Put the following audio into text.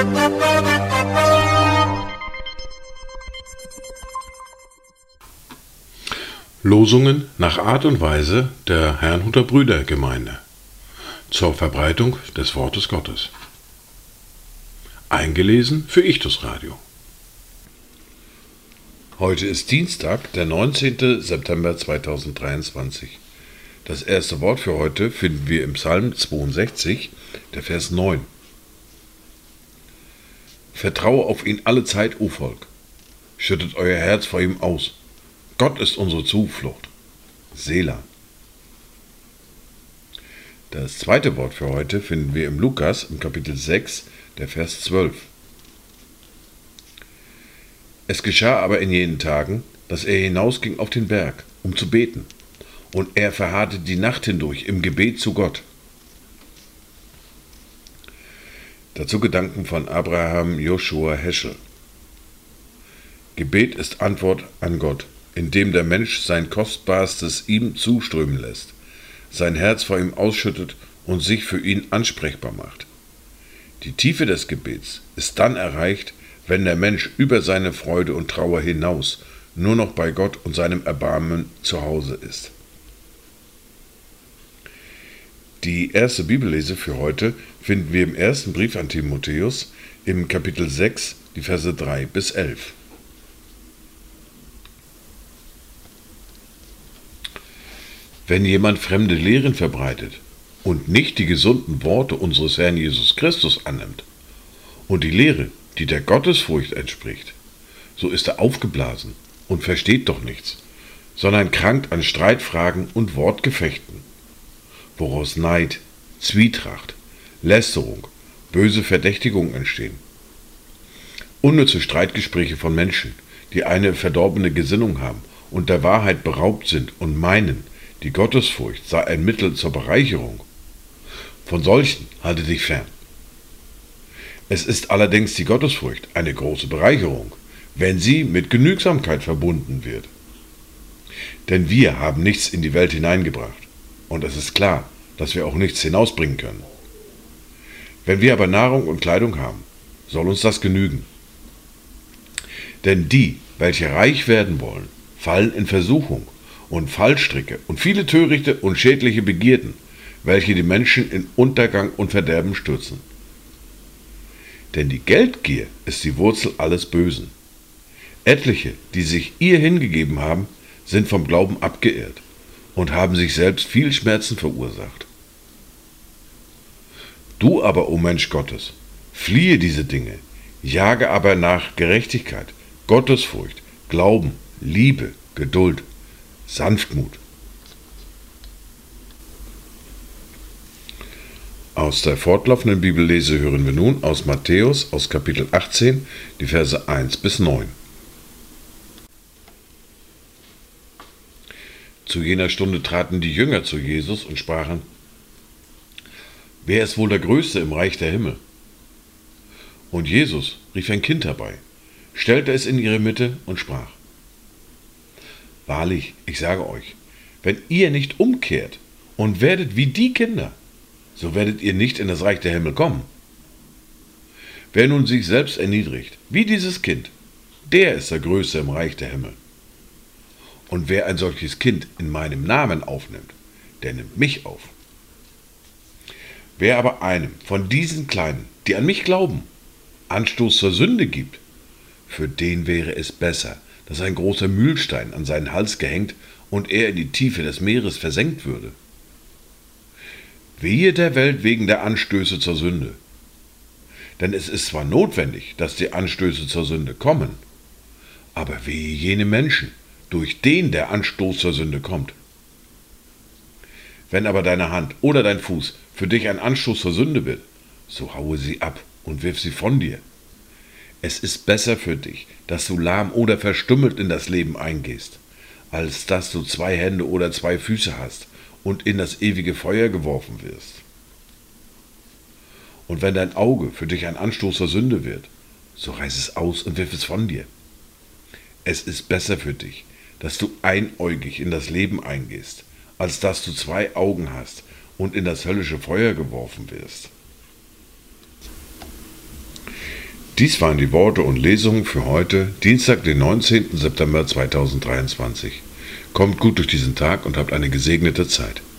Losungen nach Art und Weise der Herrnhuter Brüdergemeinde zur Verbreitung des Wortes Gottes. Eingelesen für Ichtus Radio. Heute ist Dienstag, der 19. September 2023. Das erste Wort für heute finden wir im Psalm 62, der Vers 9. Vertraue auf ihn alle Zeit, o Volk. Schüttet euer Herz vor ihm aus. Gott ist unsere Zuflucht. Selah. Das zweite Wort für heute finden wir im Lukas im Kapitel 6, der Vers 12. Es geschah aber in jenen Tagen, dass er hinausging auf den Berg, um zu beten, und er verharrte die Nacht hindurch im Gebet zu Gott. Dazu Gedanken von Abraham Joshua Heschel. Gebet ist Antwort an Gott, indem der Mensch sein Kostbarstes ihm zuströmen lässt, sein Herz vor ihm ausschüttet und sich für ihn ansprechbar macht. Die Tiefe des Gebets ist dann erreicht, wenn der Mensch über seine Freude und Trauer hinaus nur noch bei Gott und seinem Erbarmen zu Hause ist. Die erste Bibellese für heute finden wir im ersten Brief an Timotheus im Kapitel 6, die Verse 3 bis 11. Wenn jemand fremde Lehren verbreitet und nicht die gesunden Worte unseres Herrn Jesus Christus annimmt und die Lehre, die der Gottesfurcht entspricht, so ist er aufgeblasen und versteht doch nichts, sondern krankt an Streitfragen und Wortgefechten, woraus Neid, Zwietracht, Lästerung, böse Verdächtigungen entstehen. Unnütze Streitgespräche von Menschen, die eine verdorbene Gesinnung haben und der Wahrheit beraubt sind und meinen, die Gottesfurcht sei ein Mittel zur Bereicherung. Von solchen halte dich fern. Es ist allerdings die Gottesfurcht eine große Bereicherung, wenn sie mit Genügsamkeit verbunden wird. Denn wir haben nichts in die Welt hineingebracht, und es ist klar, dass wir auch nichts hinausbringen können. Wenn wir aber Nahrung und Kleidung haben, soll uns das genügen. Denn die, welche reich werden wollen, fallen in Versuchung und Fallstricke und viele törichte und schädliche Begierden, welche die Menschen in Untergang und Verderben stürzen. Denn die Geldgier ist die Wurzel alles Bösen. Etliche, die sich ihr hingegeben haben, sind vom Glauben abgeirrt und haben sich selbst viel Schmerzen verursacht. Du aber, o Mensch Gottes, fliehe diese Dinge, jage aber nach Gerechtigkeit, Gottesfurcht, Glauben, Liebe, Geduld, Sanftmut. Aus der fortlaufenden Bibellese hören wir nun aus Matthäus, aus Kapitel 18, die Verse 1 bis 9. Zu jener Stunde traten die Jünger zu Jesus und sprachen: Wer ist wohl der Größte im Reich der Himmel? Und Jesus rief ein Kind herbei, stellte es in ihre Mitte und sprach: Wahrlich, ich sage euch, wenn ihr nicht umkehrt und werdet wie die Kinder, so werdet ihr nicht in das Reich der Himmel kommen. Wer nun sich selbst erniedrigt, wie dieses Kind, der ist der Größte im Reich der Himmel. Und wer ein solches Kind in meinem Namen aufnimmt, der nimmt mich auf. Wer aber einem von diesen Kleinen, die an mich glauben, Anstoß zur Sünde gibt, für den wäre es besser, dass ein großer Mühlstein an seinen Hals gehängt und er in die Tiefe des Meeres versenkt würde. Wehe der Welt wegen der Anstöße zur Sünde. Denn es ist zwar notwendig, dass die Anstöße zur Sünde kommen, aber wehe jene Menschen, durch den der Anstoß zur Sünde kommt. Wenn aber deine Hand oder dein Fuß für dich ein Anstoß zur Sünde wird, so haue sie ab und wirf sie von dir. Es ist besser für dich, dass du lahm oder verstümmelt in das Leben eingehst, als dass du 2 Hände oder 2 Füße hast und in das ewige Feuer geworfen wirst. Und wenn dein Auge für dich ein Anstoß zur Sünde wird, so reiß es aus und wirf es von dir. Es ist besser für dich, dass du einäugig in das Leben eingehst, als dass du 2 Augen hast und in das höllische Feuer geworfen wirst. Dies waren die Worte und Lesungen für heute, Dienstag, den 19. September 2023. Kommt gut durch diesen Tag und habt eine gesegnete Zeit.